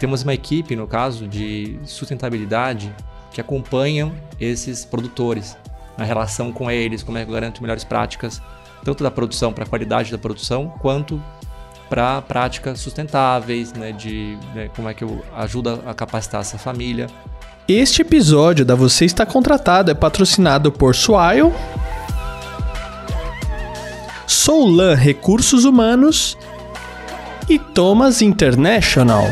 temos uma equipe, no caso, de sustentabilidade que acompanham esses produtores, na relação com eles, como é que eu garanto melhores práticas, tanto da produção para a qualidade da produção, quanto para práticas sustentáveis, né, como é que eu ajudo a capacitar essa família. Este episódio da Você Está Contratado é patrocinado por Swile, Soulan Recursos Humanos e Thomas International.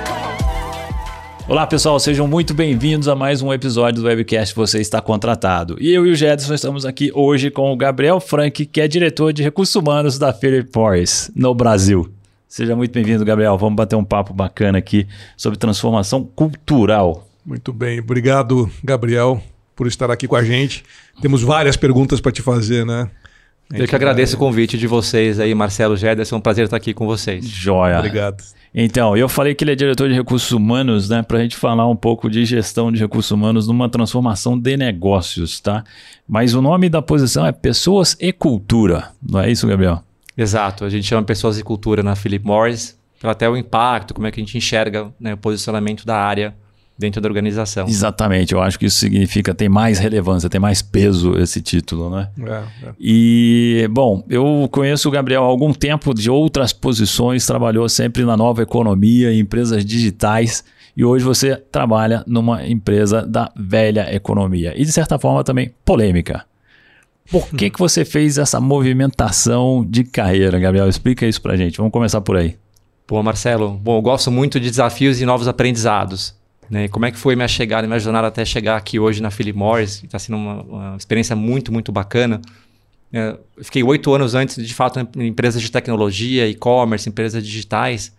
Olá pessoal, sejam muito bem-vindos a mais um episódio do webcast Você Está Contratado. E eu e o Gedson estamos aqui hoje com o Gabriel Frank, que é diretor de Recursos Humanos da Philip Morris no Brasil. Seja muito bem-vindo, Gabriel. Vamos bater um papo bacana aqui sobre transformação cultural. Muito bem, obrigado, Gabriel, por estar aqui com a gente. Temos várias perguntas para te fazer, né? Eu que agradeço o convite de vocês aí, Marcelo, Gederson, é um prazer estar aqui com vocês. Joia. Obrigado. Então, eu falei que ele é diretor de recursos humanos, né, para a gente falar um pouco de gestão de recursos humanos numa transformação de negócios, tá? Mas o nome da posição é Pessoas e Cultura, não é isso, Gabriel? Exato, a gente chama Pessoas e Cultura na Philip Morris, para até o impacto, como é que a gente enxerga, né, o posicionamento da área dentro da organização. Exatamente, eu acho que isso significa, tem mais relevância, tem mais peso esse título, né? É. E, bom, eu conheço o Gabriel há algum tempo de outras posições, trabalhou sempre na nova economia, em empresas digitais, e hoje você trabalha numa empresa da velha economia. E, de certa forma, também polêmica. Por que você fez essa movimentação de carreira, Gabriel? Explica isso pra gente, vamos começar por aí. Pô, Marcelo, bom, eu gosto muito de desafios e novos aprendizados. Né? Como é que foi minha chegada, minha jornada até chegar aqui hoje na Philip Morris? Está sendo uma experiência muito, muito bacana. Eu fiquei 8 anos antes, de fato, em empresas de tecnologia, e-commerce, empresas digitais.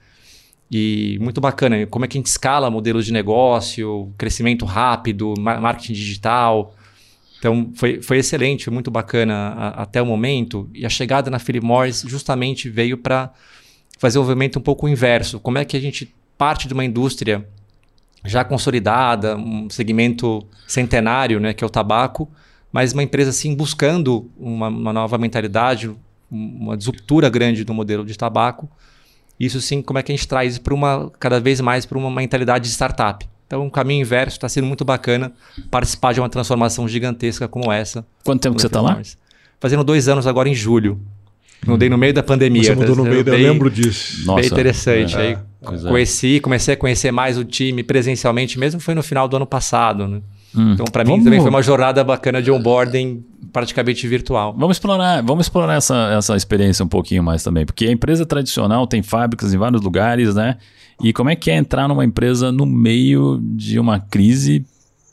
E muito bacana. Como é que a gente escala modelos de negócio, crescimento rápido, marketing digital. Então, foi excelente, foi muito bacana até o momento. E a chegada na Philip Morris justamente veio para fazer o movimento um pouco inverso. Como é que a gente parte de uma indústria já consolidada, um segmento centenário, né, que é o tabaco, mas uma empresa assim buscando uma nova mentalidade, uma disruptura grande do modelo de tabaco. Isso sim, como é que a gente traz cada vez mais para uma mentalidade de startup. Então, um caminho inverso, está sendo muito bacana participar de uma transformação gigantesca como essa. Quanto tempo que você está lá? Fazendo 2 anos agora em julho. Mudei no meio da pandemia. Você mudou no meio, eu lembro disso. Nossa, bem interessante. Aí comecei a conhecer mais o time presencialmente, mesmo foi no final do ano passado. Né? Então, para mim, também foi uma jornada bacana de onboarding praticamente virtual. Vamos explorar essa experiência um pouquinho mais também, porque a empresa tradicional tem fábricas em vários lugares, né? E como é que é entrar numa empresa no meio de uma crise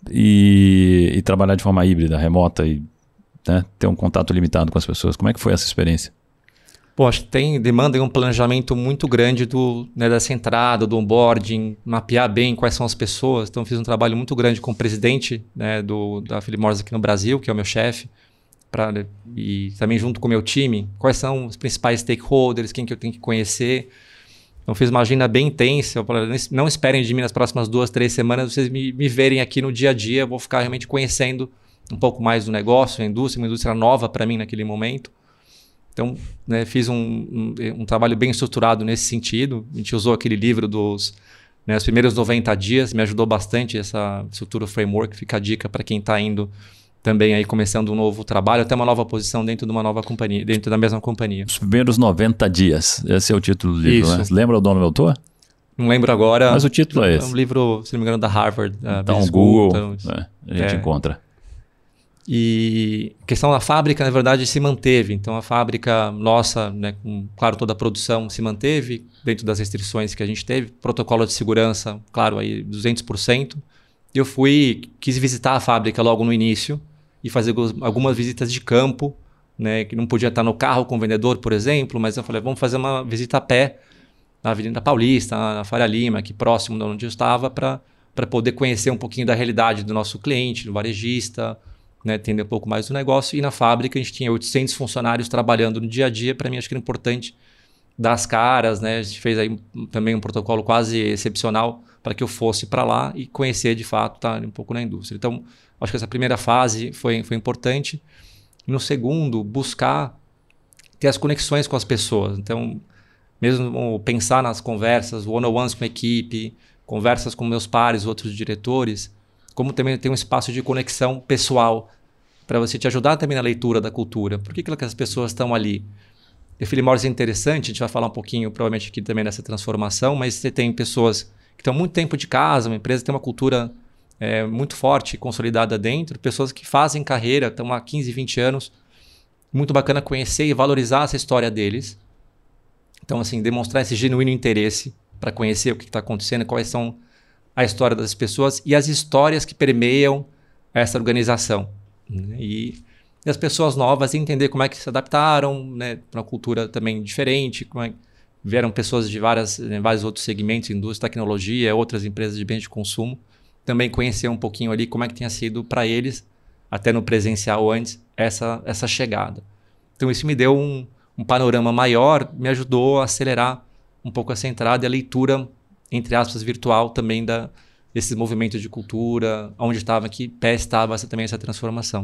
e trabalhar de forma híbrida, remota e, né, ter um contato limitado com as pessoas? Como é que foi essa experiência? Pô, acho que demanda um planejamento muito grande dessa entrada, do onboarding, mapear bem quais são as pessoas. Então, fiz um trabalho muito grande com o presidente, né, da Philip Morris aqui no Brasil, que é o meu chefe, e também junto com o meu time, quais são os principais stakeholders, quem que eu tenho que conhecer. Então, fiz uma agenda bem intensa. Eu falei, não esperem de mim nas próximas 2, 3 semanas vocês me verem aqui no dia a dia. Eu vou ficar realmente conhecendo um pouco mais do negócio, uma indústria nova para mim naquele momento. Então, né, fiz um trabalho bem estruturado nesse sentido. A gente usou aquele livro os primeiros 90 dias, me ajudou bastante essa estrutura framework. Fica a dica para quem está indo também aí começando um novo trabalho, até uma nova posição dentro de uma nova companhia, dentro da mesma companhia. Os primeiros 90 dias, esse é o título do livro, né? Você lembra o dono do autor? Não lembro agora. Mas o título é esse. É um livro, se não me engano, da Harvard. Então, Google, a gente encontra. E a questão da fábrica, na verdade, se manteve. Então, a fábrica nossa, né, com, claro, toda a produção se manteve dentro das restrições que a gente teve. Protocolo de segurança, claro, aí 200%. Eu quis visitar a fábrica logo no início e fazer algumas visitas de campo, né, que não podia estar no carro com o vendedor, por exemplo, mas eu falei, vamos fazer uma visita a pé na Avenida Paulista, na Faria Lima, aqui próximo de onde eu estava, para poder conhecer um pouquinho da realidade do nosso cliente, do varejista, né, entender um pouco mais do negócio. E na fábrica a gente tinha 800 funcionários trabalhando no dia a dia. Para mim, acho que era importante dar as caras, né? A gente fez aí também um protocolo quase excepcional para que eu fosse para lá e conhecer de fato, tá, um pouco na indústria. Então, acho que essa primeira fase foi importante. E no segundo, buscar ter as conexões com as pessoas. Então, mesmo pensar nas conversas, one-on-ones com a equipe, conversas com meus pares, outros diretores, como também tem um espaço de conexão pessoal para você te ajudar também na leitura da cultura. Por que as pessoas estão ali? E Philip Morris é interessante, a gente vai falar um pouquinho provavelmente aqui também dessa transformação, mas você tem pessoas que estão muito tempo de casa, uma empresa que tem uma cultura muito forte, consolidada dentro, pessoas que fazem carreira, estão há 15, 20 anos, muito bacana conhecer e valorizar essa história deles. Então, assim, demonstrar esse genuíno interesse para conhecer o que está acontecendo, quais são a história das pessoas e as histórias que permeiam essa organização. Né? E as pessoas novas entender como é que se adaptaram, né, para uma cultura também diferente, vieram pessoas de vários outros segmentos, indústria, tecnologia, outras empresas de bens de consumo, também conhecer um pouquinho ali como é que tinha sido para eles, até no presencial antes, essa chegada. Então isso me deu um panorama maior, me ajudou a acelerar um pouco essa entrada e a leitura, entre aspas, virtual também desses movimentos de cultura, onde estava, que pé estava também essa transformação.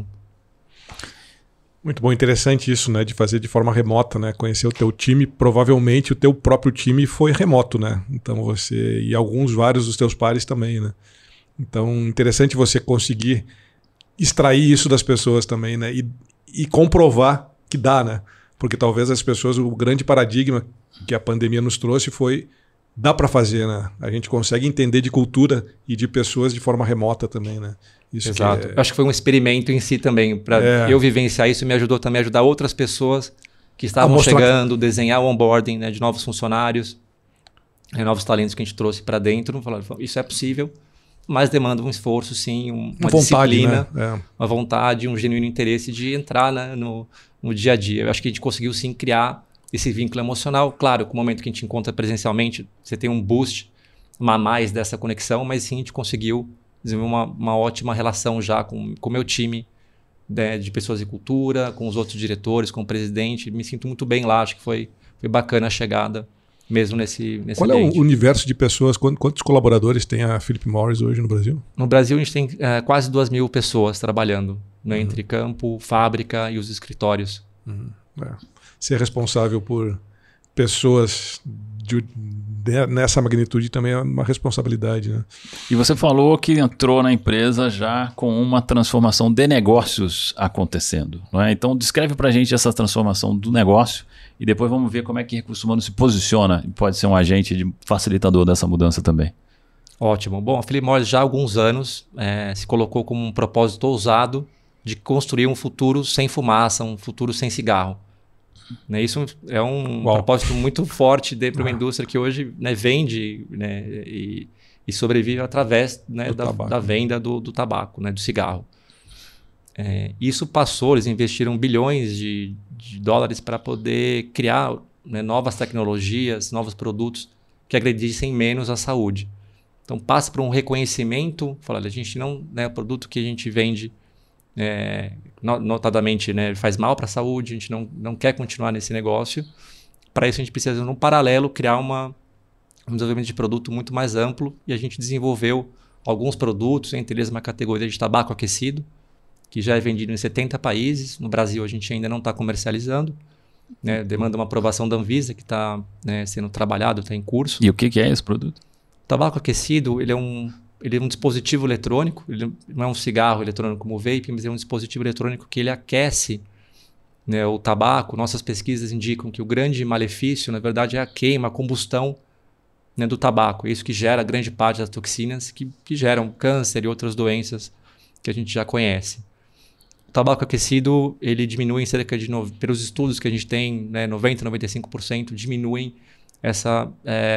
Muito bom, interessante isso, né, de fazer de forma remota, né, conhecer o teu time, provavelmente o teu próprio time foi remoto, né, então você, e vários dos teus pares também, né, então interessante você conseguir extrair isso das pessoas também, né, e comprovar que dá, né, porque talvez as pessoas, o grande paradigma que a pandemia nos trouxe foi, dá para fazer, né, a gente consegue entender de cultura e de pessoas de forma remota também, né. Isso. Exato. Eu acho que foi um experimento em si também. Para eu vivenciar isso, me ajudou também a ajudar outras pessoas que estavam chegando, desenhar o onboarding, né, de novos funcionários, novos talentos que a gente trouxe para dentro. Falar, isso é possível, mas demanda um esforço, sim, uma disciplina, né? Uma vontade, um genuíno interesse de entrar, né, no dia a dia. Eu acho que a gente conseguiu, sim, criar esse vínculo emocional. Claro, com o momento que a gente encontra presencialmente, você tem um boost, a mais dessa conexão, mas sim, a gente conseguiu desenvolver uma ótima relação já com o meu time, né, de pessoas de cultura, com os outros diretores, com o presidente. Me sinto muito bem lá, acho que foi bacana a chegada mesmo nesse Qual ambiente. É o universo de pessoas, quantos colaboradores tem a Philip Morris hoje no Brasil? No Brasil a gente tem quase 2.000 pessoas trabalhando, né, entre campo, fábrica e os escritórios. Ser responsável por pessoas nessa magnitude também é uma responsabilidade, né? E você falou que entrou na empresa já com uma transformação de negócios acontecendo, não é? Então descreve para a gente essa transformação do negócio e depois vamos ver como é que Recursos Humanos se posiciona e pode ser um agente facilitador dessa mudança também. Ótimo. Bom, a Philip Morris já há alguns anos se colocou como um propósito ousado de construir um futuro sem fumaça, um futuro sem cigarro. Né, isso é um propósito muito forte para uma indústria que hoje, né, vende, né, e sobrevive através, né, da venda do tabaco, né, do cigarro. Isso passou, eles investiram bilhões de dólares para poder criar, né, novas tecnologias, novos produtos que agredissem menos a saúde. Então passa por um reconhecimento, falar, a gente não, né, o produto que a gente vende notadamente, né, faz mal para a saúde, a gente não quer continuar nesse negócio. Para isso a gente precisa, no paralelo, criar um desenvolvimento de produto muito mais amplo, e a gente desenvolveu alguns produtos, entre eles uma categoria de tabaco aquecido, que já é vendido em 70 países. No Brasil a gente ainda não está comercializando, né, demanda uma aprovação da Anvisa que está, né, sendo trabalhado, está em curso. E o que é esse produto? O tabaco aquecido, ele é um dispositivo eletrônico, ele não é um cigarro eletrônico como o vape, mas é um dispositivo eletrônico que ele aquece, né, o tabaco. Nossas pesquisas indicam que o grande malefício, na verdade, é a queima, a combustão, né, do tabaco. É isso que gera grande parte das toxinas que geram câncer e outras doenças que a gente já conhece. O tabaco aquecido, ele diminui em cerca de, pelos estudos que a gente tem, né, 90%, 95% diminuem essa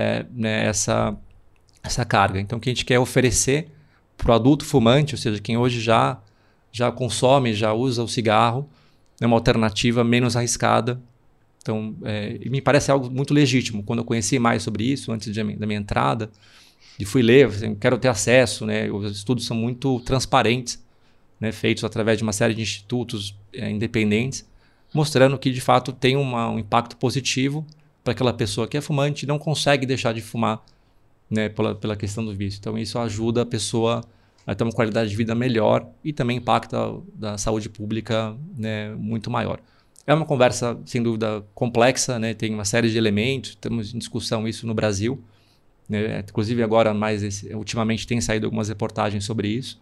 carga. Então, o que a gente quer oferecer para o adulto fumante, ou seja, quem hoje já consome, já usa o cigarro, é uma alternativa menos arriscada. Então, me parece algo muito legítimo. Quando eu conheci mais sobre isso, antes da minha entrada, e fui ler, assim, quero ter acesso, né? Os estudos são muito transparentes, né? Feitos através de uma série de institutos independentes, mostrando que, de fato, tem um impacto positivo para aquela pessoa que é fumante e não consegue deixar de fumar, né, pela questão do vício. Então isso ajuda a pessoa a ter uma qualidade de vida melhor e também impacta da saúde pública, né, muito maior. É uma conversa, sem dúvida, complexa, né, tem uma série de elementos, estamos em discussão isso no Brasil, né? Inclusive agora, ultimamente tem saído algumas reportagens sobre isso.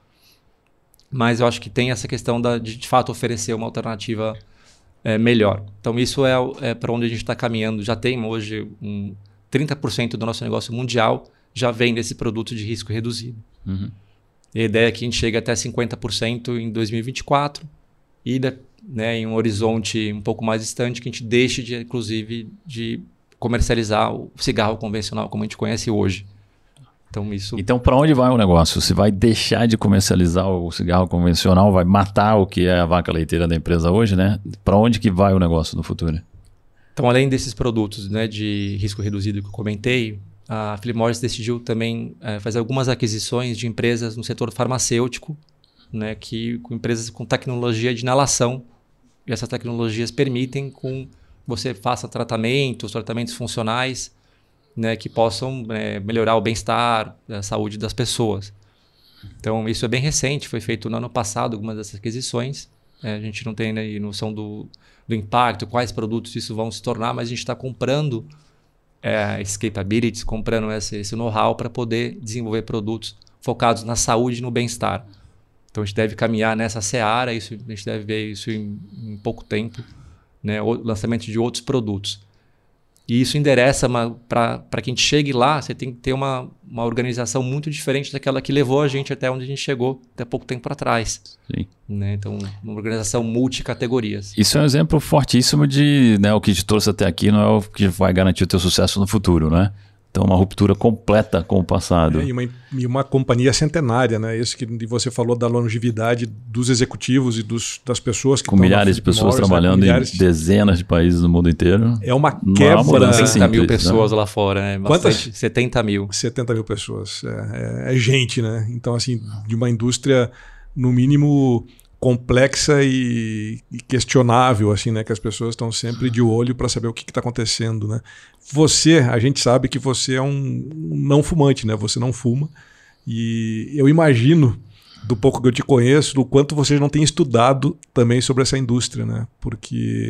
Mas eu acho que tem essa questão de fato oferecer uma alternativa melhor. Então isso é para onde a gente está caminhando. Já tem hoje 30% do nosso negócio mundial já vem desse produto de risco reduzido. Uhum. E a ideia é que a gente chegue até 50% em 2024 e, né, em um horizonte um pouco mais distante, que a gente deixe, inclusive, de comercializar o cigarro convencional como a gente conhece hoje. Então, para onde vai o negócio? Você vai deixar de comercializar o cigarro convencional, vai matar o que é a vaca leiteira da empresa hoje, né? Para onde que vai o negócio no futuro? Então, além desses produtos, né, de risco reduzido que eu comentei, a Philip Morris decidiu também fazer algumas aquisições de empresas no setor farmacêutico, né, com empresas com tecnologia de inalação. E essas tecnologias permitem que você faça tratamentos funcionais, né, que possam melhorar o bem-estar, a saúde das pessoas. Então, isso é bem recente, foi feito no ano passado, algumas dessas aquisições. A gente não tem, né, noção do impacto, quais produtos isso vão se tornar, mas a gente está comprando esses capabilities, comprando esse know-how para poder desenvolver produtos focados na saúde e no bem-estar. Então, a gente deve caminhar nessa seara, a gente deve ver isso em pouco tempo, né, o lançamento de outros produtos. E isso endereça para que a gente chegue lá, você tem que ter uma organização muito diferente daquela que levou a gente até onde a gente chegou até pouco tempo atrás. Sim. Né? Então, uma organização multicategorias. Isso é um exemplo fortíssimo de, né, o que te trouxe até aqui não é o que vai garantir o teu sucesso no futuro, né? Então, uma ruptura completa com o passado. E uma companhia centenária, né? Isso que você falou da longevidade dos executivos e das pessoas que com milhares de pessoas trabalhando em dezenas de países no mundo inteiro. É uma quebra. 70 mil pessoas, né, lá fora, né? Quantas? 70 mil. 70 mil pessoas. É gente, né? Então, assim, de uma indústria, no mínimo, complexa e questionável, assim, né? Que as pessoas estão sempre de olho para saber o que está acontecendo, né? A gente sabe que você é um não fumante, né? Você não fuma. E eu imagino, do pouco que eu te conheço, do quanto você não tem estudado também sobre essa indústria, né? Porque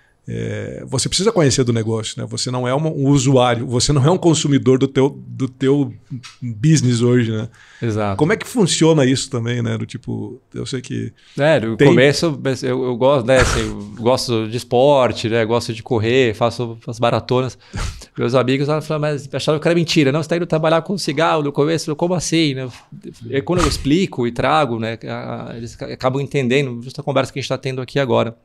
você precisa conhecer do negócio, né? Você não é um usuário, você não é um consumidor do teu business hoje, né? Exato. Como é que funciona isso também, né? Do tipo, eu sei que... No começo eu gosto, né? Assim, eu gosto de esporte, né? Gosto de correr, faço as maratonas. Meus amigos falaram, mas acharam que era mentira. Não, você está indo trabalhar com cigarro no começo? Como assim? Né? E quando eu explico e trago, né? Eles acabam entendendo, justa a conversa que a gente está tendo aqui agora.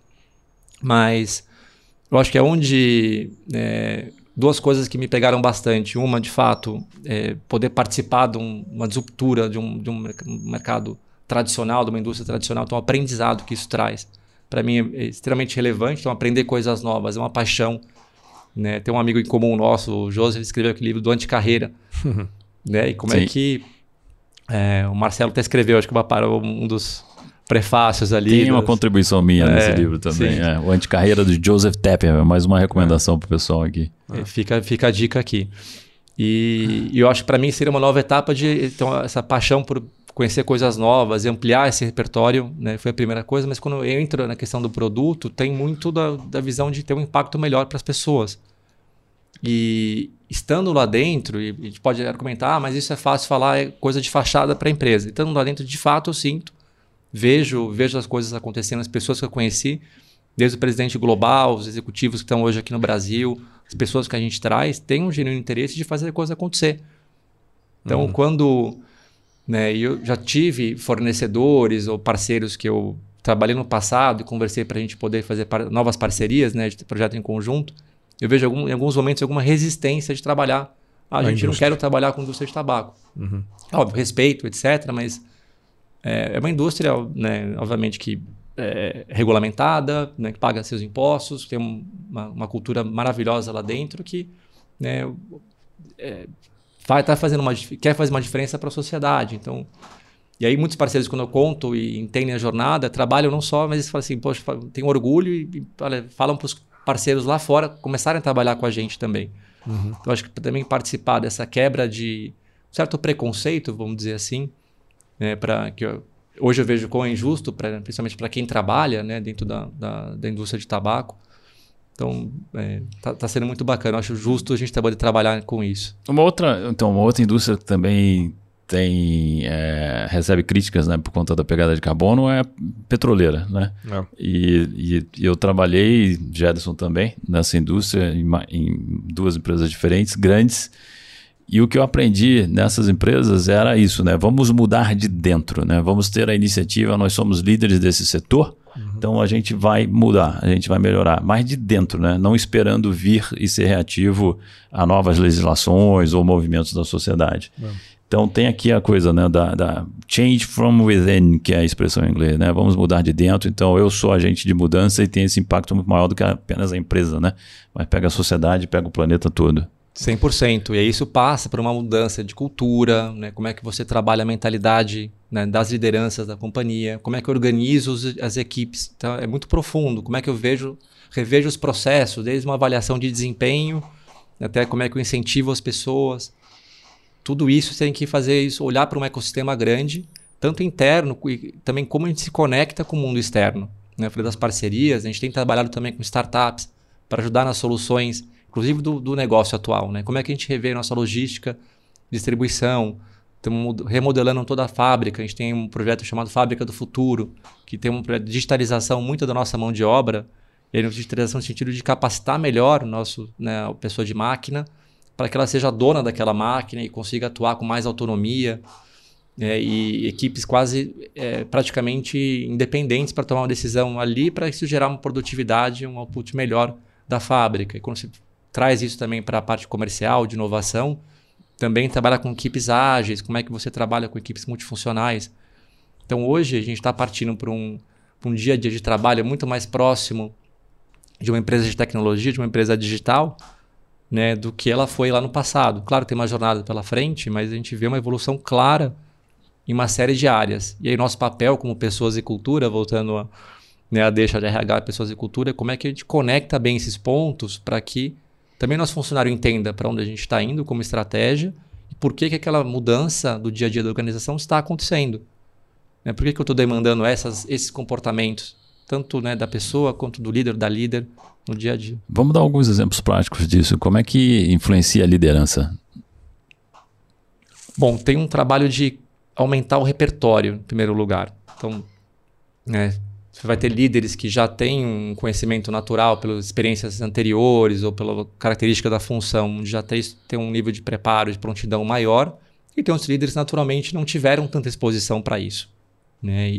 Mas... eu acho que é onde duas coisas que me pegaram bastante. Uma, de fato, poder participar de uma disruptura de um mercado tradicional, de uma indústria tradicional. Então, o aprendizado que isso traz, para mim, é extremamente relevante. Então, aprender coisas novas é uma paixão. Né? Tem um amigo em comum nosso, o Joseph, escreveu aquele livro do Anticarreira. Né? E como é que... o Marcelo até escreveu, acho que um dos... prefácios ali. Tem uma contribuição minha nesse livro também. O Anticarreira do Joseph Tapper, mais uma recomendação para o pessoal aqui. Fica a dica aqui. E eu acho que para mim seria uma nova etapa então, essa paixão por conhecer coisas novas e ampliar esse repertório, né, foi a primeira coisa, mas quando eu entro na questão do produto, tem muito da visão de ter um impacto melhor para as pessoas. E estando lá dentro, e a gente pode argumentar, mas isso é fácil falar, é coisa de fachada para a empresa. Estando lá dentro, de fato, eu sinto, vejo as coisas acontecendo, as pessoas que eu conheci, desde o presidente global, os executivos que estão hoje aqui no Brasil, as pessoas que a gente traz, têm um genuíno interesse de fazer a coisa acontecer. Então, quando eu já tive fornecedores ou parceiros que eu trabalhei no passado e conversei para a gente poder fazer novas parcerias, né, de projeto em conjunto, eu vejo em alguns momentos alguma resistência de trabalhar. A gente não quer trabalhar com indústria de tabaco. Óbvio, respeito, etc., mas... é uma indústria, né, obviamente, que é regulamentada, né, que paga seus impostos, tem uma cultura maravilhosa lá dentro que, né, quer fazer uma diferença para a sociedade. Então, e aí muitos parceiros, quando eu conto e entendem a jornada, trabalham não só, mas eles falam assim, poxa, tem orgulho e falam para os parceiros lá fora começarem a trabalhar com a gente também. Então, acho que também participar dessa quebra de um certo preconceito, vamos dizer assim, hoje eu vejo como é injusto, principalmente para quem trabalha, né, dentro da indústria de tabaco. Então, tá sendo muito bacana. Eu acho justo a gente poder trabalhar com isso. Uma outra indústria que também recebe críticas, né, por conta da pegada de carbono é a petroleira, né? E eu trabalhei, Gederson também, nessa indústria em 2 empresas diferentes, grandes. E o que eu aprendi nessas empresas era isso, né? Vamos mudar de dentro, né? Vamos ter a iniciativa, nós somos líderes desse setor, então a gente vai mudar, a gente vai melhorar, mas de dentro, né? Não esperando vir e ser reativo a novas legislações ou movimentos da sociedade. Então tem aqui a coisa, né, da change from within, que é a expressão em inglês, né? Vamos mudar de dentro, então eu sou agente de mudança e tem esse impacto muito maior do que apenas a empresa, né? Mas pega a sociedade, pega o planeta todo. 100%. E aí isso passa por uma mudança de cultura, né? Como é que você trabalha a mentalidade, né, das lideranças da companhia, como é que eu organizo as equipes. Então, é muito profundo. Como é que eu revejo os processos, desde uma avaliação de desempenho, até como é que eu incentivo as pessoas. Tudo isso você tem que fazer isso, olhar para um ecossistema grande, tanto interno e também como a gente se conecta com o mundo externo. Né? Eu falei das parcerias, a gente tem trabalhado também com startups para ajudar nas soluções, inclusive do negócio atual, né? Como é que a gente revê nossa logística, distribuição, estamos remodelando toda a fábrica, a gente tem um projeto chamado Fábrica do Futuro, que tem um projeto de digitalização muito da nossa mão de obra, e aí, digitalização no sentido de capacitar melhor a pessoa de máquina, para que ela seja dona daquela máquina e consiga atuar com mais autonomia, e equipes quase praticamente independentes para tomar uma decisão ali, para isso gerar uma produtividade, um output melhor da fábrica. E quando você traz isso também para a parte comercial, de inovação, também trabalha com equipes ágeis, como é que você trabalha com equipes multifuncionais. Então hoje a gente está partindo para um dia a dia de trabalho muito mais próximo de uma empresa de tecnologia, de uma empresa digital, né, do que ela foi lá no passado. Claro, tem uma jornada pela frente, mas a gente vê uma evolução clara em uma série de áreas. E aí nosso papel como pessoas e cultura, voltando a deixa de RH, pessoas e cultura, como é que a gente conecta bem esses pontos para que também nosso funcionário entenda para onde a gente está indo como estratégia e por que aquela mudança do dia a dia da organização está acontecendo. Né? Por que eu estou demandando esses comportamentos, tanto, né, da pessoa quanto do líder, da líder, no dia a dia. Vamos dar alguns exemplos práticos disso. Como é que influencia a liderança? Bom, tem um trabalho de aumentar o repertório, em primeiro lugar. Então, você vai ter líderes que já têm um conhecimento natural pelas experiências anteriores ou pela característica da função, já tem um nível de preparo, de prontidão maior, e tem outros líderes que naturalmente não tiveram tanta exposição para isso. Né?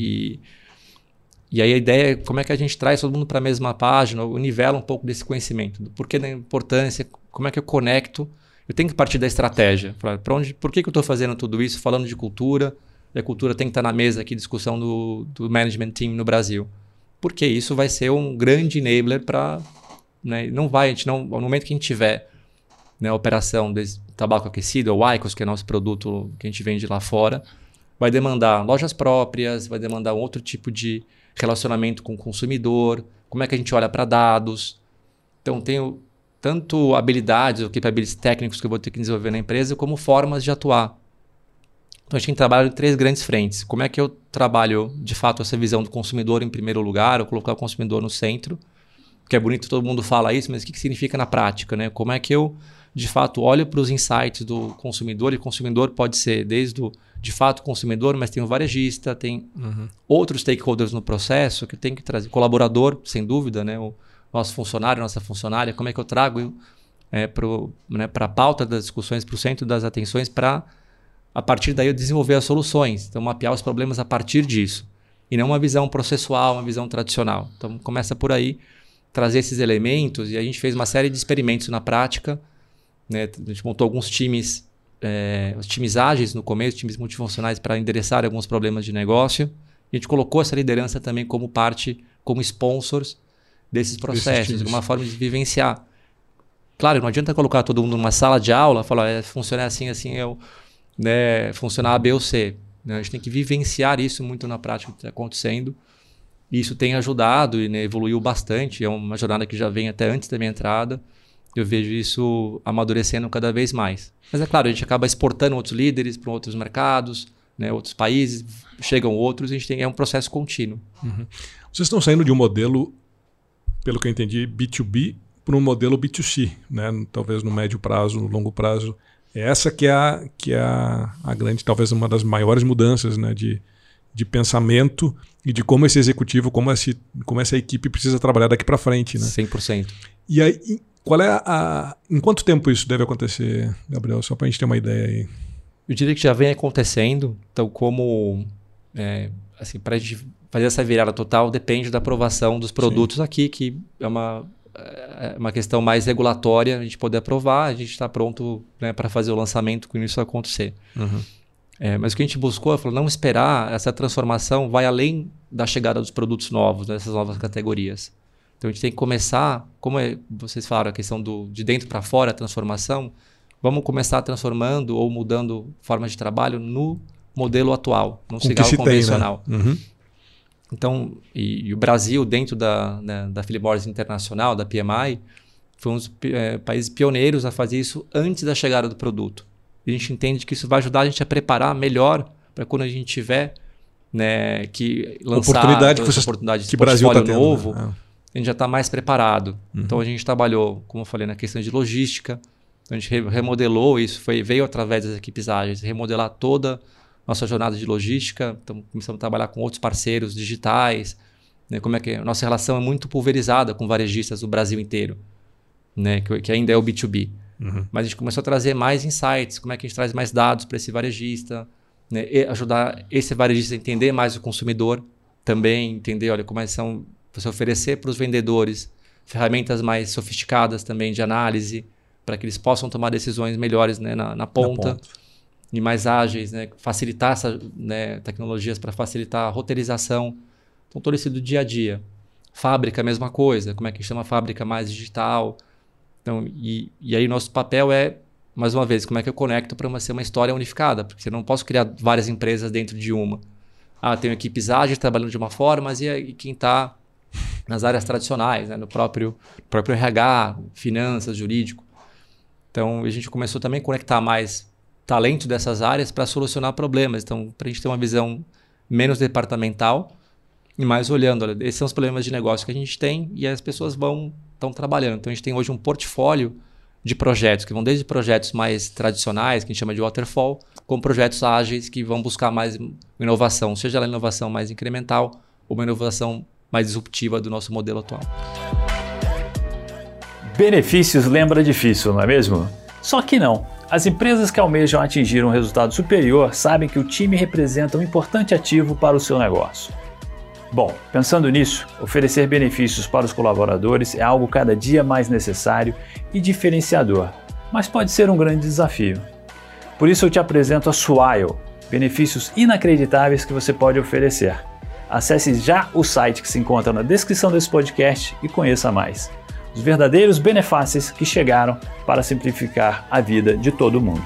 E aí a ideia é como é que a gente traz todo mundo para a mesma página, ou nivela um pouco desse conhecimento, do porquê da importância, como é que eu conecto. Eu tenho que partir da estratégia. Por que eu estou fazendo tudo isso, falando de cultura, e a cultura tem que estar na mesa aqui, discussão do management team no Brasil. Porque isso vai ser um grande enabler para... Né, no momento que a gente tiver, né, a operação desse tabaco aquecido, ou IQOS, que é nosso produto que a gente vende lá fora, vai demandar lojas próprias, vai demandar um outro tipo de relacionamento com o consumidor, como é que a gente olha para dados. Então, tenho tanto habilidades ou capabilities técnicos que eu vou ter que desenvolver na empresa, como formas de atuar. Então, a gente trabalha em 3 grandes frentes. Como é que eu trabalho, de fato, essa visão do consumidor em primeiro lugar, ou colocar o consumidor no centro, que é bonito, todo mundo fala isso, mas o que significa na prática? Né? Como é que eu, de fato, olho para os insights do consumidor, e o consumidor pode ser desde o, de fato, consumidor, mas tem o varejista, tem outros stakeholders no processo que tem que trazer, colaborador, sem dúvida, né? O nosso funcionário, nossa funcionária, como é que eu trago para a pauta das discussões, para o centro das atenções, para, a partir daí, eu desenvolver as soluções. Então, mapear os problemas a partir disso. E não uma visão processual, uma visão tradicional. Então, começa por aí, trazer esses elementos, e a gente fez uma série de experimentos na prática, né? A gente montou alguns times, os times ágeis no começo, times multifuncionais para endereçar alguns problemas de negócio. E a gente colocou essa liderança também como parte, como sponsors desses processos, de uma forma de vivenciar. Claro, não adianta colocar todo mundo numa sala de aula e falar, funciona assim, funcionar A, B ou C. Né? A gente tem que vivenciar isso muito na prática que está acontecendo. E isso tem ajudado e, né, evoluiu bastante. É uma jornada que já vem até antes da minha entrada. Eu vejo isso amadurecendo cada vez mais. Mas é claro, a gente acaba exportando outros líderes para outros mercados, né, outros países, chegam outros, é um processo contínuo. Vocês estão saindo de um modelo, pelo que eu entendi, B2B para um modelo B2C, né? Talvez no médio prazo, no longo prazo. Essa que é a grande, talvez uma das maiores mudanças, né? De pensamento e de como esse executivo, como essa equipe precisa trabalhar daqui para frente. Né? 100%. E aí, em quanto tempo isso deve acontecer, Gabriel? Só para a gente ter uma ideia aí. Eu diria que já vem acontecendo. Então, para a gente fazer essa virada total, depende da aprovação dos produtos aqui, que é uma questão mais regulatória. A gente poder aprovar, a gente está pronto, né, para fazer o lançamento quando isso acontecer. Uhum. Mas o que a gente buscou foi não esperar, essa transformação vai além da chegada dos produtos novos, dessas novas categorias. Então a gente tem que começar, como vocês falaram, a questão de dentro para fora, a transformação, vamos começar transformando ou mudando formas de trabalho no modelo atual, no cigarro convencional. Tem, né? Uhum. Então, e o Brasil, dentro da Philip Morris Internacional, da PMI, foi um dos países pioneiros a fazer isso antes da chegada do produto. A gente entende que isso vai ajudar a gente a preparar melhor para quando a gente tiver, né, que lançar oportunidade que o Brasil está tendo, novo, né? A gente já está mais preparado. Então a gente trabalhou, como eu falei, na questão de logística. Então, a gente remodelou isso, veio através das equipes ágeis, remodelar toda a nossa jornada de logística. Então começamos a trabalhar com outros parceiros digitais, né, como é que a nossa relação é muito pulverizada com varejistas do Brasil inteiro, né, que ainda é o B2B. Mas a gente começou a trazer mais insights, como é que a gente traz mais dados para esse varejista, né? E ajudar esse varejista a entender mais o consumidor, também entender, olha, como são, você oferecer para os vendedores ferramentas mais sofisticadas também de análise, para que eles possam tomar decisões melhores, né, na ponta, e mais ágeis, né? Facilitar tecnologias para facilitar a roteirização. Então, todo esse do dia a dia. Fábrica, a mesma coisa, como é que a gente chama a fábrica mais digital. Então, e aí nosso papel é, mais uma vez, como é que eu conecto para ser uma história unificada? Porque eu não posso criar várias empresas dentro de uma. Tenho equipes ágeis trabalhando de uma forma, mas e quem está nas áreas tradicionais, né? No próprio RH, finanças, jurídico. Então, a gente começou também a conectar mais talento dessas áreas para solucionar problemas. Então, para a gente ter uma visão menos departamental e mais olhando, olha, esses são os problemas de negócio que a gente tem e as pessoas estão trabalhando. Então, a gente tem hoje um portfólio de projetos, que vão desde projetos mais tradicionais, que a gente chama de waterfall, como projetos ágeis que vão buscar mais inovação, seja ela inovação mais incremental ou uma inovação mais disruptiva do nosso modelo atual. Benefícios lembra difícil, não é mesmo? Só que não. As empresas que almejam atingir um resultado superior sabem que o time representa um importante ativo para o seu negócio. Bom, pensando nisso, oferecer benefícios para os colaboradores é algo cada dia mais necessário e diferenciador, mas pode ser um grande desafio. Por isso eu te apresento a Swile, benefícios inacreditáveis que você pode oferecer. Acesse já o site que se encontra na descrição desse podcast e conheça mais. Os verdadeiros benefícios que chegaram para simplificar a vida de todo mundo.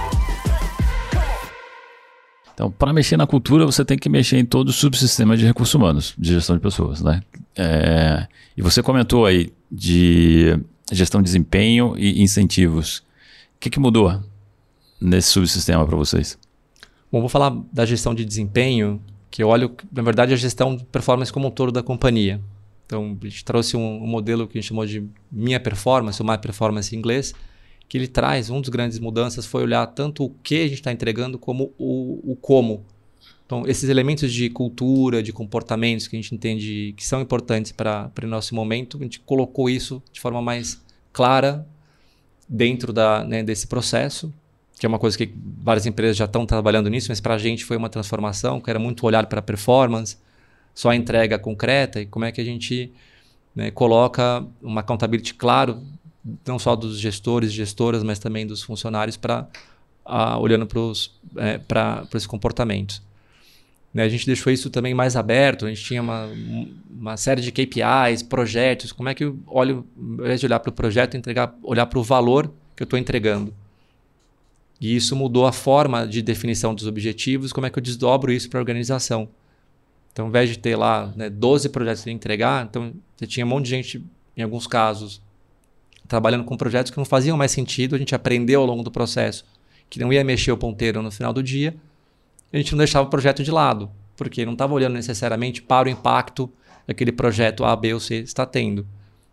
Então, para mexer na cultura, você tem que mexer em todo o subsistema de recursos humanos, de gestão de pessoas, né? E você comentou aí de gestão de desempenho e incentivos. O que mudou nesse subsistema para vocês? Bom, vou falar da gestão de desempenho, que eu olho, na verdade, a gestão de performance como um todo da companhia. Então, a gente trouxe um modelo que a gente chamou de Minha Performance, ou My Performance em inglês, que ele traz, uma das grandes mudanças foi olhar tanto o que a gente está entregando como o como. Então, esses elementos de cultura, de comportamentos que a gente entende que são importantes para o nosso momento, a gente colocou isso de forma mais clara dentro desse processo, que é uma coisa que várias empresas já estão trabalhando nisso, mas para a gente foi uma transformação, que era muito olhar para a performance, só a entrega concreta e como é que a gente coloca uma accountability claro, não só dos gestores e gestoras, mas também dos funcionários olhando para esses comportamentos. A gente deixou isso também mais aberto, a gente tinha uma série de KPIs, projetos, como é que eu olho, ao invés de olhar para o projeto, olhar para o valor que eu estou entregando. E isso mudou a forma de definição dos objetivos, como é que eu desdobro isso para a organização. Então, ao invés de ter lá 12 projetos para entregar, então você tinha um monte de gente, em alguns casos, trabalhando com projetos que não faziam mais sentido, a gente aprendeu ao longo do processo que não ia mexer o ponteiro no final do dia, a gente não deixava o projeto de lado, porque não estava olhando necessariamente para o impacto que aquele projeto A, B ou C está tendo.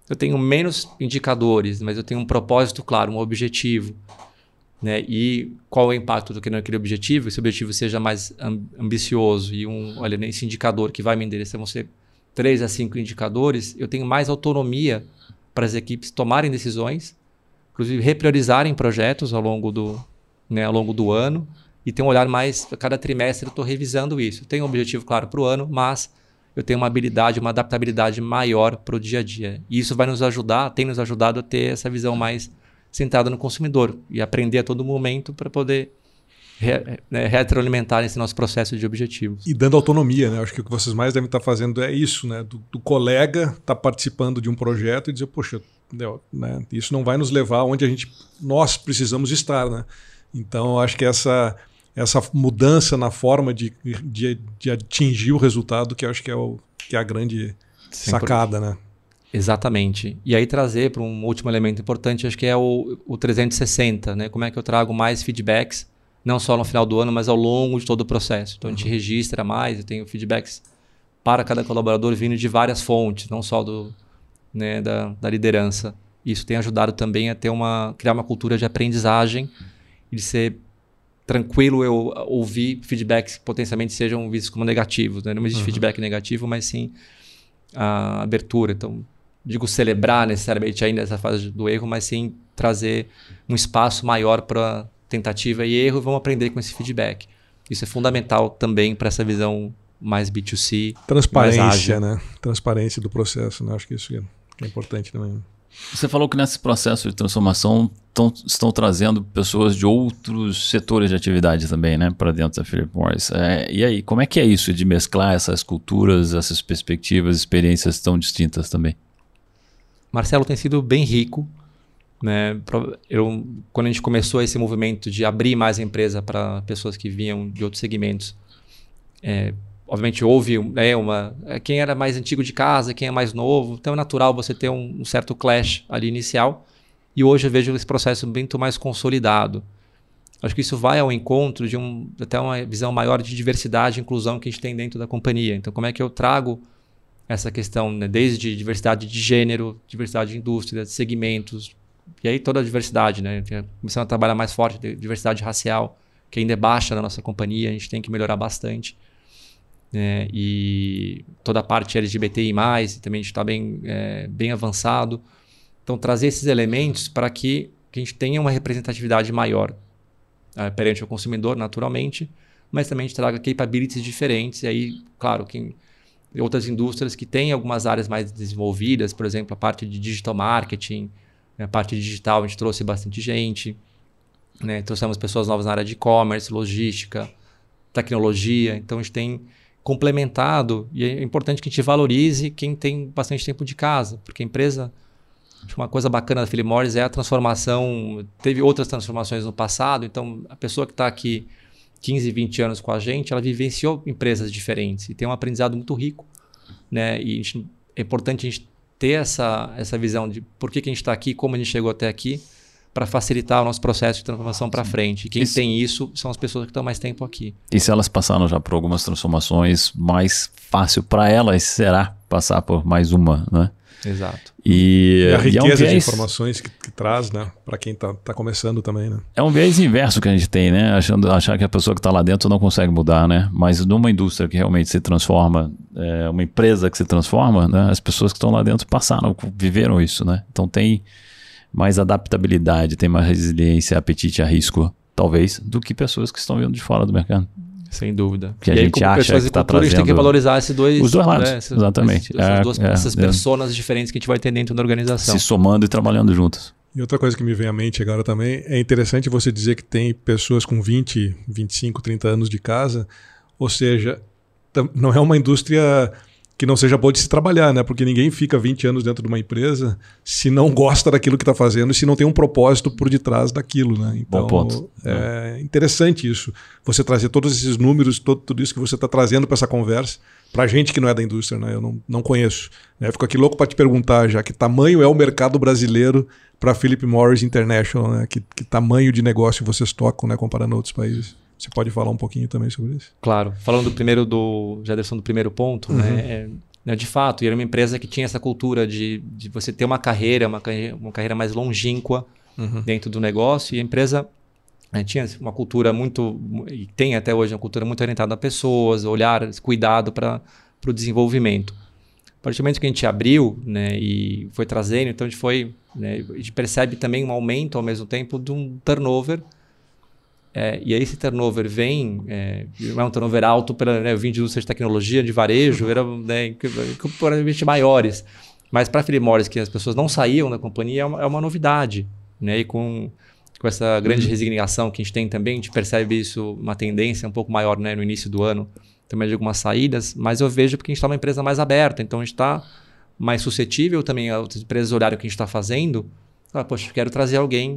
eu tenho menos indicadores, mas eu tenho um propósito claro, um objetivo. Né? E qual é o impacto do que naquele objetivo? Esse objetivo seja mais ambicioso e olha, nesse indicador que vai me endereçar vão ser 3 a 5 indicadores, eu tenho mais autonomia para as equipes tomarem decisões, inclusive repriorizarem projetos ao longo do ano e ter um olhar mais, a cada trimestre eu estou revisando isso. Eu tenho um objetivo claro para o ano, mas eu tenho uma habilidade, uma adaptabilidade maior para o dia a dia. E isso vai nos ajudar, tem nos ajudado a ter essa visão mais centrada no consumidor e aprender a todo momento para poder retroalimentar esse nosso processo de objetivos. E dando autonomia, né? Acho que o que vocês mais devem estar fazendo é isso, né? Do colega estar participando de um projeto e dizer, poxa, né? Isso não vai nos levar onde nós precisamos estar, né? Então, acho que essa mudança na forma de atingir o resultado, que eu acho que é a grande sacada, né? Exatamente. E aí trazer para um último elemento importante, acho que é o 360, né? Como é que eu trago mais feedbacks, não só no final do ano, mas ao longo de todo o processo. Então a gente registra mais, eu tenho feedbacks para cada colaborador vindo de várias fontes, não só da liderança. Isso tem ajudado também a criar uma cultura de aprendizagem e de ser tranquilo eu ouvir feedbacks que potencialmente sejam vistos como negativos. Né? Não existe feedback negativo, mas sim a abertura. Então, digo celebrar necessariamente ainda essa fase do erro, mas sim trazer um espaço maior para tentativa e erro e vamos aprender com esse feedback. Isso é fundamental também para essa visão mais B2C. Transparência, mais ágil. Né? Transparência do processo, né? Acho que isso é importante também. Você falou que nesse processo de transformação estão trazendo pessoas de outros setores de atividade também, né, para dentro da Philip Morris. E aí, como é que é isso de mesclar essas culturas, essas perspectivas, experiências tão distintas também? Marcelo, tem sido bem rico. Né? Quando a gente começou esse movimento de abrir mais a empresa para pessoas que vinham de outros segmentos, obviamente houve quem era mais antigo de casa, quem é mais novo, então é natural você ter um certo clash ali inicial e hoje eu vejo esse processo muito mais consolidado. Acho que isso vai ao encontro de até uma visão maior de diversidade e inclusão que a gente tem dentro da companhia. Então como é que eu trago essa questão, né? Desde diversidade de gênero, diversidade de indústria, de segmentos, e aí toda a diversidade, né? Começando a trabalhar mais forte, diversidade racial, que ainda é baixa na nossa companhia, a gente tem que melhorar bastante. E toda a parte LGBTI+, também a gente está bem avançado. Então, trazer esses elementos para que a gente tenha uma representatividade maior perante o consumidor, naturalmente, mas também a gente traga capabilities diferentes. E aí, claro, outras indústrias que têm algumas áreas mais desenvolvidas, por exemplo, a parte de digital marketing, a parte digital, a gente trouxe bastante gente. Né? Trouxemos pessoas novas na área de e-commerce, logística, tecnologia. Então, a gente tem complementado e é importante que a gente valorize quem tem bastante tempo de casa, porque a empresa, acho que uma coisa bacana da Philip Morris é a transformação, teve outras transformações no passado, então a pessoa que está aqui 15, 20 anos com a gente, ela vivenciou empresas diferentes e tem um aprendizado muito rico, né? E é importante a gente ter essa visão de por que a gente está aqui, como a gente chegou até aqui, para facilitar o nosso processo de transformação para frente. E quem tem isso são as pessoas que estão mais tempo aqui. E se elas passaram já por algumas transformações, mais fácil para elas será passar por mais uma, né? Exato. E a riqueza de informações que traz, né? Para quem tá começando também, né? É um viés inverso que a gente tem, né? Achar que a pessoa que está lá dentro não consegue mudar, né? Mas numa indústria que realmente se transforma, uma empresa que se transforma, né? As pessoas que estão lá dentro viveram isso, né? Então tem mais adaptabilidade, tem mais resiliência, apetite a risco, talvez, do que pessoas que estão vindo de fora do mercado. Sem dúvida. Que a gente acha que está trazendo... A gente tem que valorizar os dois lados, né? Exatamente. Essas personas diferentes que a gente vai ter dentro da organização. Se somando e trabalhando juntos. E outra coisa que me vem à mente agora também, é interessante você dizer que tem pessoas com 20, 25, 30 anos de casa, ou seja, não é uma indústria que não seja boa de se trabalhar, né? Porque ninguém fica 20 anos dentro de uma empresa se não gosta daquilo que está fazendo e se não tem um propósito por detrás daquilo, né? Então, bom ponto. É interessante isso. Você trazer todos esses números, tudo isso que você está trazendo para essa conversa, para gente que não é da indústria, né? Eu não conheço. Né? Eu fico aqui louco para te perguntar já que tamanho é o mercado brasileiro para Philip Morris International, né? Que tamanho de negócio vocês tocam, né? Comparando a outros países. Você pode falar um pouquinho também sobre isso? Claro. Falando Jaderson, do primeiro ponto, né? né, de fato, e era uma empresa que tinha essa cultura de você ter uma carreira mais longínqua dentro do negócio, e a empresa tinha uma cultura muito, e tem até hoje uma cultura muito orientada a pessoas, olhar, cuidado para o desenvolvimento. A partir do momento que a gente abriu, né, e foi trazendo, então a gente percebe também um aumento ao mesmo tempo de um turnover. E aí esse turnover vem, não é um turnover alto, eu vim de indústria de tecnologia, de varejo, era provavelmente maiores. Mas para a Philip Morris, que as pessoas não saíam da companhia, é uma novidade. Né? E com essa grande resignação que a gente tem também, a gente percebe isso, uma tendência um pouco maior, né, no início do ano, também de algumas saídas, mas eu vejo porque a gente está uma empresa mais aberta, então a gente está mais suscetível também a outras empresas olharem o que a gente está fazendo. Poxa, quero trazer alguém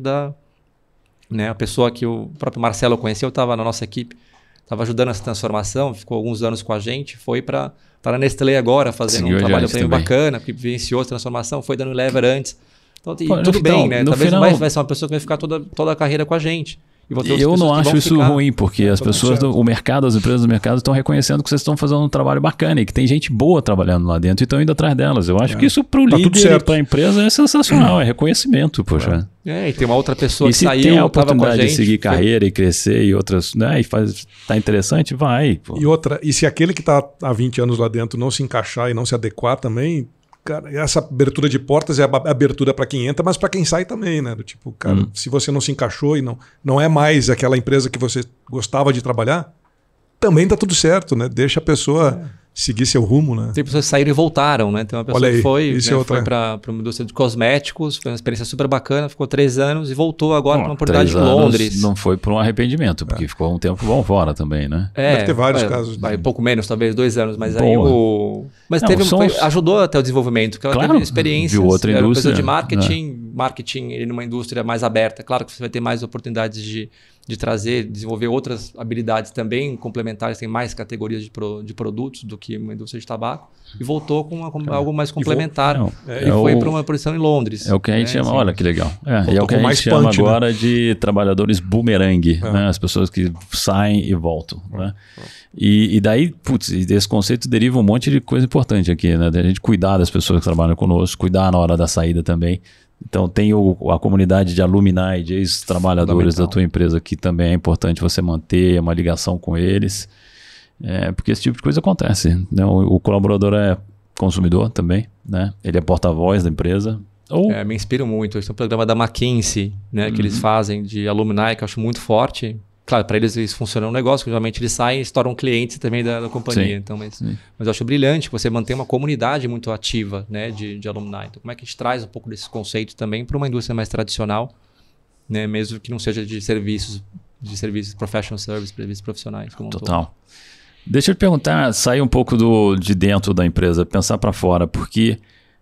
né, a pessoa que o próprio Marcelo conheceu, estava na nossa equipe, estava ajudando essa transformação, ficou alguns anos com a gente, foi para a Nestlé agora, fazendo um trabalho também bacana, porque vivenciou essa transformação, foi dando lever antes. Então, tudo bem, né? Talvez final, não vai ser uma pessoa que vai ficar toda a carreira com a gente. Eu não acho isso ruim, porque as pessoas, as empresas do mercado estão reconhecendo que vocês estão fazendo um trabalho bacana e que tem gente boa trabalhando lá dentro e estão indo atrás delas. Eu acho que isso para o líder e para a empresa é sensacional, é reconhecimento, poxa. E tem uma outra pessoa que saiu, se tem a oportunidade de seguir carreira e crescer e outras, né, e tá interessante, vai. Pô. E se aquele que está há 20 anos lá dentro não se encaixar e não se adequar também... Cara, essa abertura de portas é a abertura para quem entra, mas para quem sai também, né? Do tipo, cara, se você não se encaixou e não é mais aquela empresa que você gostava de trabalhar, também tá tudo certo, né? Deixa a pessoa seguir seu rumo, né? Tem pessoas que saíram e voltaram, né? Tem uma pessoa que foi para uma indústria de cosméticos, foi uma experiência super bacana, ficou 3 anos e voltou agora para uma oportunidade em Londres. Não foi por um arrependimento, porque ficou um tempo bom fora também, né? Deve ter vários casos. Pouco menos, talvez 2 anos, mas aí Mas ajudou até o desenvolvimento, porque ela teve experiências. Viu outra indústria. De marketing numa indústria mais aberta. Claro que você vai ter mais oportunidades de desenvolver outras habilidades também complementares, tem mais categorias de produtos do que uma indústria de tabaco, e voltou com algo mais complementar. E foi para uma posição em Londres. É o que a gente chama, olha que legal. E é o que a gente chama agora de trabalhadores boomerang, né? As pessoas que saem e voltam. Né? E daí, desse conceito deriva um monte de coisa importante aqui, né? A gente cuidar das pessoas que trabalham conosco, cuidar na hora da saída também. Então tem a comunidade de alumni, de ex-trabalhadores da tua empresa, que também é importante você manter uma ligação com eles, porque esse tipo de coisa acontece. Né? O colaborador é consumidor também, né? Ele é porta-voz da empresa. Me inspiro muito. Esse é um programa da McKinsey, né, que eles fazem de alumni, que eu acho muito forte. Claro, para eles isso funciona um negócio, geralmente eles saem e se tornam clientes também da companhia. Então, mas eu acho brilhante que você mantém uma comunidade muito ativa, né, de alumni. Então, como é que a gente traz um pouco desses conceitos também para uma indústria mais tradicional, né, mesmo que não seja de serviços professional service, serviços profissionais. Total. Deixa eu te perguntar, sair um pouco de dentro da empresa, pensar para fora, porque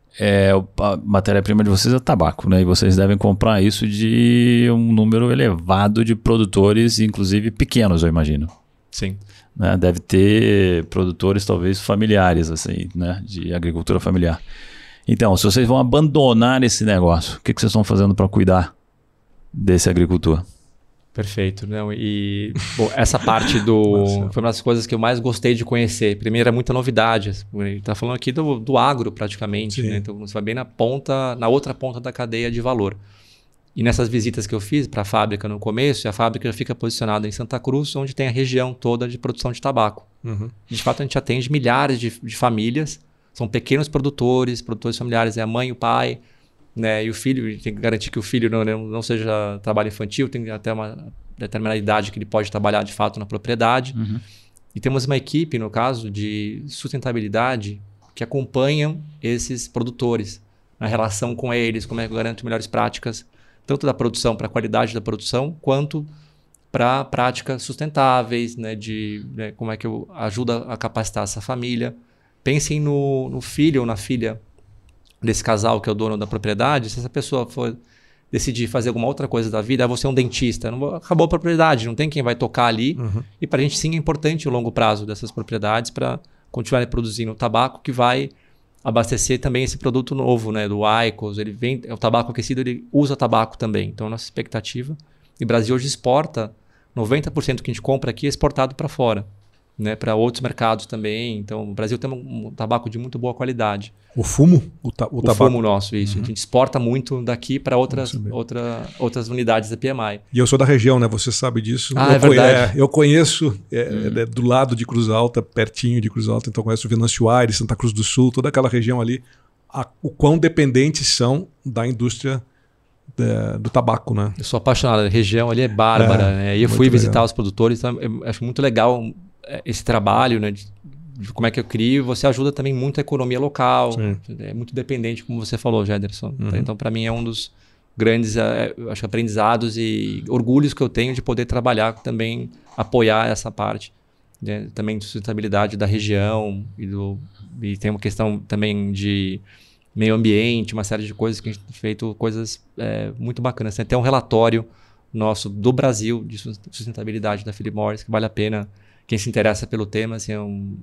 a matéria-prima de vocês é tabaco, né? E vocês devem comprar isso de um número elevado de produtores, inclusive pequenos, eu imagino. Sim. Né? Deve ter produtores talvez familiares, assim, né? De agricultura familiar. Então, se vocês vão abandonar esse negócio, o que vocês estão fazendo para cuidar desse agricultor? Perfeito. Não, e essa parte foi uma das coisas que eu mais gostei de conhecer. Primeiro, é muita novidade. A gente está falando aqui do agro, praticamente. Né? Então, você vai bem na outra ponta da cadeia de valor. E nessas visitas que eu fiz para a fábrica no começo, a fábrica já fica posicionada em Santa Cruz, onde tem a região toda de produção de tabaco. De fato, a gente atende milhares de famílias. São pequenos produtores familiares. É a mãe, o pai... Né? E o filho, tem que garantir que o filho não seja trabalho infantil, tem até uma determinada idade que ele pode trabalhar de fato na propriedade. E temos uma equipe, no caso, de sustentabilidade que acompanham esses produtores na relação com eles, como é que garante melhores práticas, tanto da produção, para a qualidade da produção, quanto para práticas sustentáveis, né? Como é que eu ajudo a capacitar essa família. Pensem no filho ou na filha desse casal que é o dono da propriedade. Se essa pessoa for decidir fazer alguma outra coisa da vida, você é um dentista, acabou a propriedade, não tem quem vai tocar ali. E para a gente sim é importante o longo prazo dessas propriedades para continuar produzindo o tabaco que vai abastecer também esse produto novo, né, do IQOS. O tabaco aquecido, ele usa tabaco também. Então, nossa expectativa, e o Brasil hoje exporta 90% que a gente compra aqui é exportado para fora. né, para outros mercados também. Então, o Brasil tem um tabaco de muito boa qualidade. O fumo? O tabaco? Fumo nosso, isso. A gente exporta muito daqui para outras unidades da PMI. E eu sou da região, né? Você sabe disso. É verdade. Eu conheço do lado de Cruz Alta, pertinho de Cruz Alta, então conheço Venâncio Aires, Santa Cruz do Sul, toda aquela região ali, o quão dependentes são da indústria do tabaco, né? Eu sou apaixonado. A região ali é bárbara, né? E eu fui visitar os produtores, então eu acho muito legal esse trabalho, né? De como é que eu crio. Você ajuda também muito a economia local. Sim. É muito dependente, como você falou, Jederson. Então, para mim, é um dos grandes acho, aprendizados e orgulhos que eu tenho de poder trabalhar também, apoiar essa parte, né? Também de sustentabilidade da região e tem uma questão também de meio ambiente, uma série de coisas que a gente tem feito, coisas muito bacanas. Tem até um relatório nosso do Brasil de sustentabilidade da Philip Morris, que vale a pena, quem se interessa pelo tema, assim,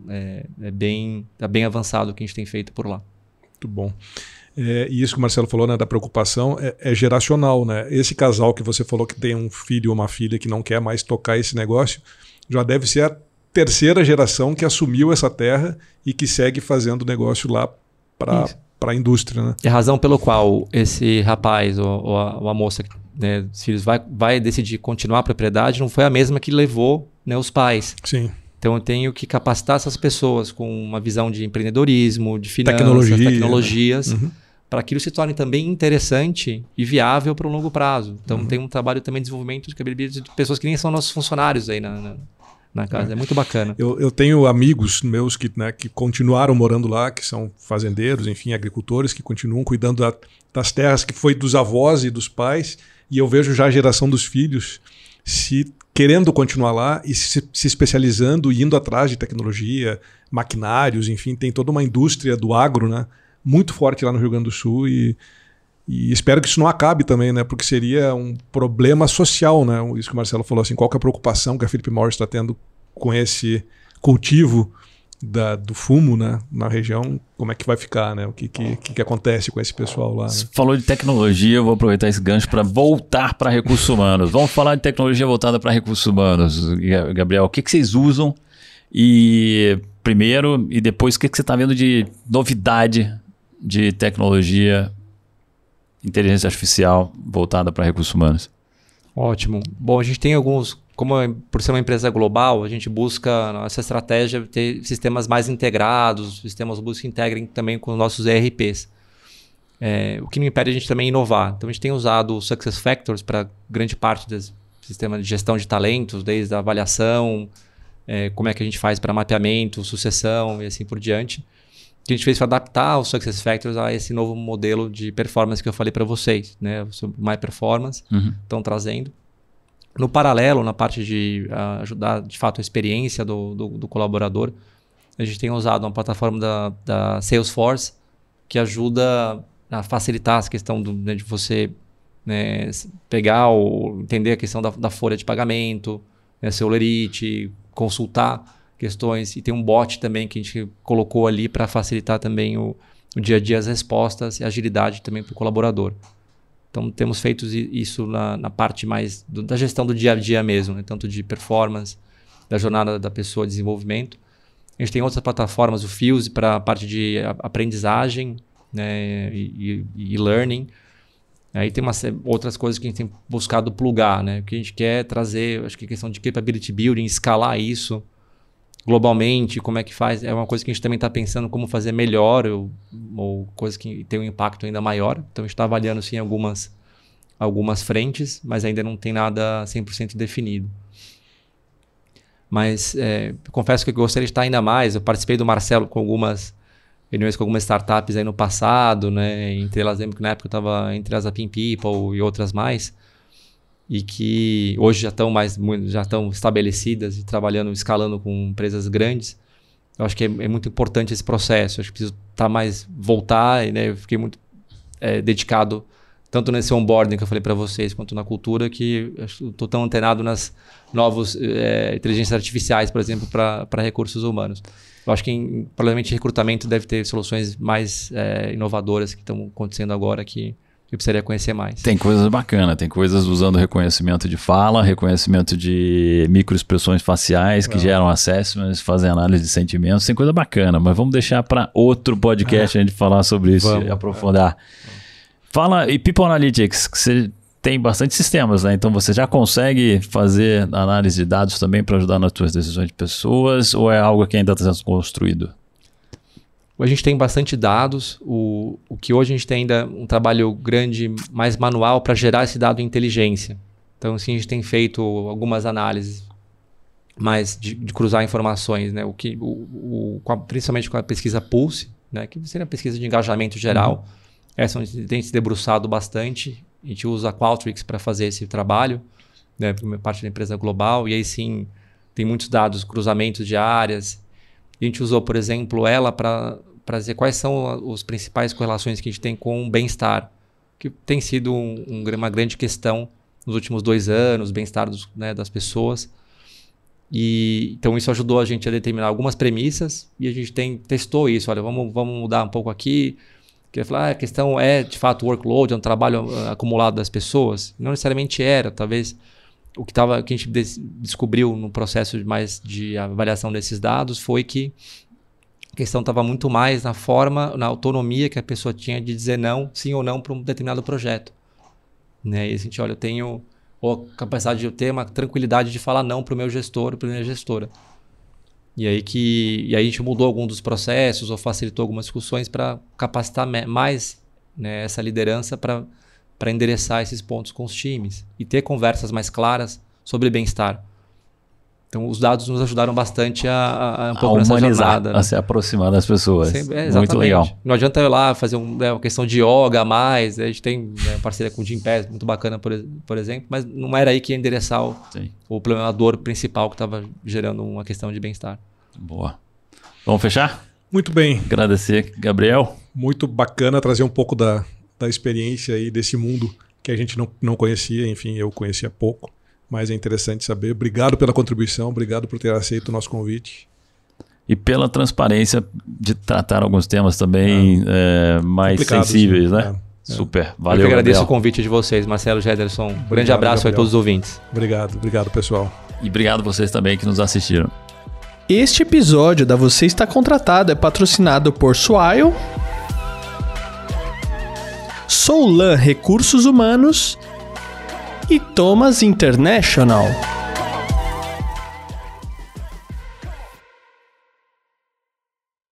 tá bem avançado o que a gente tem feito por lá. Muito bom. E isso que o Marcelo falou, né, da preocupação, é geracional, né? Esse casal que você falou que tem um filho ou uma filha que não quer mais tocar esse negócio, já deve ser a terceira geração que assumiu essa terra e que segue fazendo negócio lá para a indústria, né? E a razão pelo qual esse rapaz ou a moça, né, os filhos vai decidir continuar a propriedade não foi a mesma que levou, né, os pais. Sim. Então eu tenho que capacitar essas pessoas com uma visão de empreendedorismo, de finanças, tecnologias, para que aquilo se torne também interessante e viável para um longo prazo. Então tem um trabalho também de desenvolvimento de pessoas que nem são nossos funcionários aí na casa. É muito bacana. Eu tenho amigos meus que continuaram morando lá, que são fazendeiros, enfim, agricultores, que continuam cuidando das terras que foi dos avós e dos pais, e eu vejo já a geração dos filhos querendo continuar lá e se especializando e indo atrás de tecnologia, maquinários, enfim, tem toda uma indústria do agro, né, muito forte lá no Rio Grande do Sul e espero que isso não acabe também, né, porque seria um problema social, né, isso que o Marcelo falou, assim, qual que é a preocupação que a Philip Morris está tendo com esse cultivo do fumo, né, na região, como é que vai ficar, né? O que acontece com esse pessoal lá, né? Você falou de tecnologia, eu vou aproveitar esse gancho para voltar para recursos humanos. Vamos falar de tecnologia voltada para recursos humanos. Gabriel, o que vocês usam primeiro e depois o que você está vendo de novidade de tecnologia, inteligência artificial voltada para recursos humanos? Ótimo. Bom, a gente tem por ser uma empresa global, a gente busca essa estratégia de ter sistemas mais integrados, sistemas que integrem também com os nossos ERPs. O que não impede a gente também inovar. Então a gente tem usado o SuccessFactors para grande parte dos sistemas de gestão de talentos, desde a avaliação, como é que a gente faz para mapeamento, sucessão e assim por diante. O que a gente fez para adaptar o SuccessFactors a esse novo modelo de performance que eu falei para vocês, né? Sobre My Performance, estão trazendo. No paralelo, na parte de ajudar, de fato, a experiência do colaborador, a gente tem usado uma plataforma da Salesforce que ajuda a facilitar essa questão de você, né, pegar ou entender a questão da folha de pagamento, né, seu lerite, consultar questões. E tem um bot também que a gente colocou ali para facilitar também o dia a dia, as respostas e a agilidade também para o colaborador. Então, temos feito isso na parte mais da gestão do dia a dia mesmo, né? Tanto de performance, da jornada da pessoa, desenvolvimento. A gente tem outras plataformas, o Fuse, para a parte de aprendizagem, né? e learning. Aí tem outras coisas que a gente tem buscado plugar, né? O que a gente quer trazer, acho que a questão de capability building, escalar isso globalmente, como é que faz, é uma coisa que a gente também está pensando como fazer melhor ou coisa que tem um impacto ainda maior. Então a gente está avaliando sim algumas frentes, mas ainda não tem nada 100% definido. Mas confesso que eu gostaria de estar ainda mais. Eu participei do Marcelo com algumas reuniões com algumas startups aí no passado, né? Entre elas, lembro que na época eu estava entre as Apim People e outras mais, e que hoje já estão estabelecidas e trabalhando, escalando com empresas grandes. Eu acho que é muito importante esse processo. Eu acho que preciso voltar, né? Eu fiquei muito dedicado tanto nesse onboarding que eu falei para vocês, quanto na cultura, que estou tão antenado nas novas inteligências artificiais, por exemplo, para recursos humanos. Eu acho que provavelmente recrutamento deve ter soluções mais inovadoras que estão acontecendo agora que eu precisaria conhecer mais. Tem coisas bacanas, tem coisas usando reconhecimento de fala, reconhecimento de microexpressões faciais que geram assessments, fazem análise de sentimentos, tem coisa bacana, mas vamos deixar para outro podcast a gente falar sobre isso e aprofundar. Fala, e People Analytics, que você tem bastante sistemas, né? Então você já consegue fazer análise de dados também para ajudar nas suas decisões de pessoas, ou é algo que ainda está sendo construído? A gente tem bastante dados, o que hoje a gente tem ainda um trabalho grande, mais manual, para gerar esse dado em inteligência. Então, assim, a gente tem feito algumas análises mais de cruzar informações, né? Principalmente com a pesquisa Pulse, né? Que seria a pesquisa de engajamento geral. Essa a gente tem se debruçado bastante. A gente usa a Qualtrics para fazer esse trabalho, né? Por parte da empresa global. E aí sim, tem muitos dados, cruzamentos de áreas. A gente usou, por exemplo, ela para dizer quais são as principais correlações que a gente tem com o bem-estar, que tem sido uma grande questão nos últimos 2 anos, o bem-estar das pessoas. E então isso ajudou a gente a determinar algumas premissas e a gente testou isso. Olha, vamos mudar um pouco aqui. Que falar, a questão é, de fato, o workload, é um trabalho acumulado das pessoas? Não necessariamente era, talvez o que a gente descobriu no processo de avaliação desses dados foi que a questão estava muito mais na forma, na autonomia que a pessoa tinha de dizer não, sim ou não para um determinado projeto. Né? E a gente, olha, eu tenho a capacidade de eu ter uma tranquilidade de falar não para o meu gestor, para a minha gestora. E aí a gente mudou alguns dos processos ou facilitou algumas discussões para capacitar mais, né, essa liderança para endereçar esses pontos com os times e ter conversas mais claras sobre bem-estar. Então, os dados nos ajudaram bastante a um pouco nessa jornada. A se aproximar das pessoas. Muito legal. Não adianta eu ir lá fazer uma questão de yoga a mais. A gente tem parceria com o Jim Pass, muito bacana, por exemplo, mas não era aí que ia endereçar o problema, a dor principal que estava gerando uma questão de bem-estar. Boa. Vamos fechar? Muito bem. Agradecer, Gabriel. Muito bacana trazer um pouco da experiência aí desse mundo que a gente não conhecia. Enfim, eu conhecia pouco. Mas é interessante saber. Obrigado pela contribuição, obrigado por ter aceito o nosso convite. E pela transparência de tratar alguns temas também mais sensíveis, né? Super, valeu. Eu que agradeço Gabriel. O convite de vocês, Marcelo, Gederson. Um grande abraço, Gabriel, a todos os ouvintes. Obrigado pessoal. E obrigado vocês também que nos assistiram. Este episódio da Você Está Contratado é patrocinado por Swile, Soulan Recursos Humanos e Thomas International.